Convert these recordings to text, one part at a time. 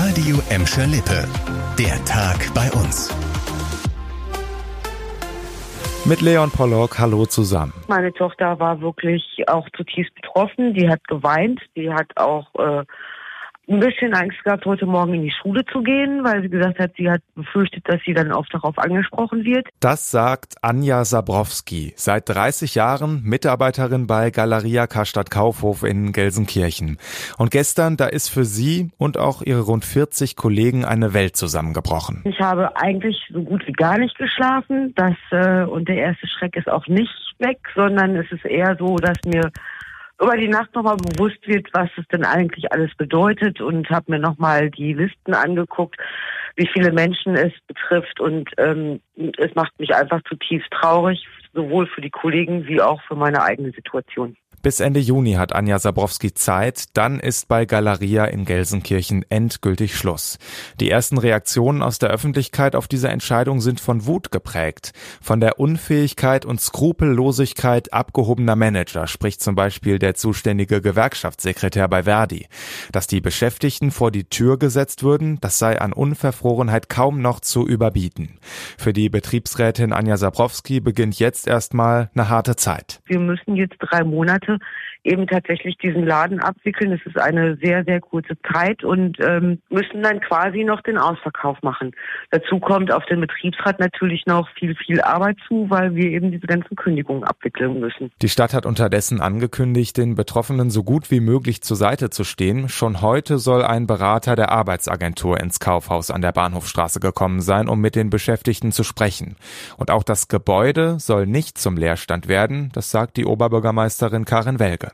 Radio Emscher Lippe. Der Tag bei uns. Mit Leon Pollock, hallo zusammen. Meine Tochter war wirklich auch zutiefst betroffen. Die hat geweint. Die hat auch ein bisschen Angst gehabt, heute Morgen in die Schule zu gehen, weil sie gesagt hat, sie hat befürchtet, dass sie dann oft darauf angesprochen wird. Das sagt Anja Sabrowski, seit 30 Jahren Mitarbeiterin bei Galeria Karstadt Kaufhof in Gelsenkirchen. Und gestern, da ist für sie und auch ihre rund 40 Kollegen eine Welt zusammengebrochen. Ich habe eigentlich so gut wie gar nicht geschlafen. Und der erste Schreck ist auch nicht weg, sondern es ist eher so, dass mir über die Nacht nochmal bewusst wird, was es denn eigentlich alles bedeutet, und habe mir nochmal die Listen angeguckt, wie viele Menschen es betrifft, und es macht mich einfach zutiefst traurig, sowohl für die Kollegen wie auch für meine eigene Situation. Bis Ende Juni hat Anja Sabrowski Zeit, dann ist bei Galeria in Gelsenkirchen endgültig Schluss. Die ersten Reaktionen aus der Öffentlichkeit auf diese Entscheidung sind von Wut geprägt. Von der Unfähigkeit und Skrupellosigkeit abgehobener Manager spricht zum Beispiel der zuständige Gewerkschaftssekretär bei Verdi. Dass die Beschäftigten vor die Tür gesetzt würden, das sei an Unverfrorenheit kaum noch zu überbieten. Für die Betriebsrätin Anja Sabrowski beginnt jetzt erstmal eine harte Zeit. Wir müssen jetzt 3 Monate eben tatsächlich diesen Laden abwickeln. Es ist eine sehr, sehr kurze Zeit, und müssen dann quasi noch den Ausverkauf machen. Dazu kommt auf den Betriebsrat natürlich noch viel, viel Arbeit zu, weil wir eben diese ganzen Kündigungen abwickeln müssen. Die Stadt hat unterdessen angekündigt, den Betroffenen so gut wie möglich zur Seite zu stehen. Schon heute soll ein Berater der Arbeitsagentur ins Kaufhaus an der Bahnhofstraße gekommen sein, um mit den Beschäftigten zu sprechen. Und auch das Gebäude soll nicht zum Leerstand werden, das sagt die Oberbürgermeisterin Karin Welge.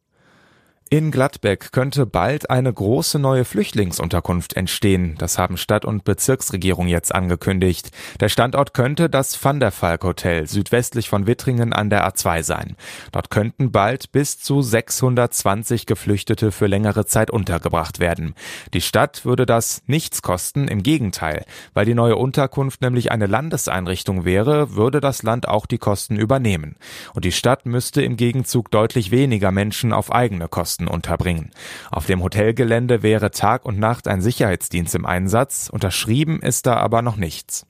In Gladbeck könnte bald eine große neue Flüchtlingsunterkunft entstehen. Das haben Stadt- und Bezirksregierung jetzt angekündigt. Der Standort könnte das Van der Valk Hotel südwestlich von Wittringen an der A2 sein. Dort könnten bald bis zu 620 Geflüchtete für längere Zeit untergebracht werden. Die Stadt würde das nichts kosten, im Gegenteil. Weil die neue Unterkunft nämlich eine Landeseinrichtung wäre, würde das Land auch die Kosten übernehmen. Und die Stadt müsste im Gegenzug deutlich weniger Menschen auf eigene Kosten unterbringen. Auf dem Hotelgelände wäre Tag und Nacht ein Sicherheitsdienst im Einsatz, unterschrieben ist da aber noch nichts.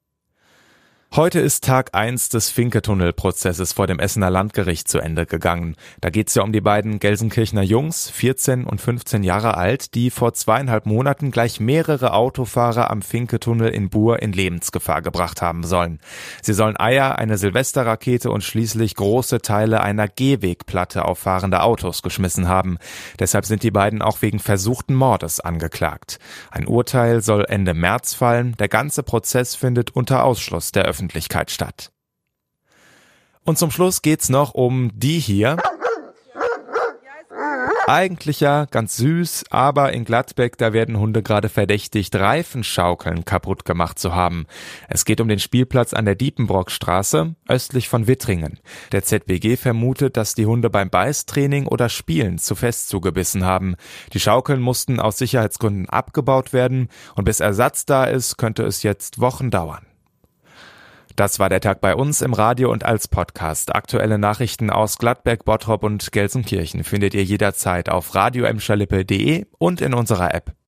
Heute ist Tag 1 des Finke-Tunnel-Prozesses vor dem Essener Landgericht zu Ende gegangen. Da geht's ja um die beiden Gelsenkirchener Jungs, 14 und 15 Jahre alt, die vor 2,5 Monaten gleich mehrere Autofahrer am Finke-Tunnel in Buhr in Lebensgefahr gebracht haben sollen. Sie sollen Eier, eine Silvesterrakete und schließlich große Teile einer Gehwegplatte auf fahrende Autos geschmissen haben. Deshalb sind die beiden auch wegen versuchten Mordes angeklagt. Ein Urteil soll Ende März fallen. Der ganze Prozess findet unter Ausschluss der Öffentlichkeit statt. Und zum Schluss geht's noch um die hier. Eigentlich ja ganz süß, aber in Gladbeck, da werden Hunde gerade verdächtigt, Reifenschaukeln kaputt gemacht zu haben. Es geht um den Spielplatz an der Diepenbrockstraße, östlich von Wittringen. Der ZBG vermutet, dass die Hunde beim Beißtraining oder Spielen zu fest zugebissen haben. Die Schaukeln mussten aus Sicherheitsgründen abgebaut werden, und bis Ersatz da ist, könnte es jetzt Wochen dauern. Das war der Tag bei uns im Radio und als Podcast. Aktuelle Nachrichten aus Gladbeck, Bottrop und Gelsenkirchen findet ihr jederzeit auf radioemscherlippe.de und in unserer App.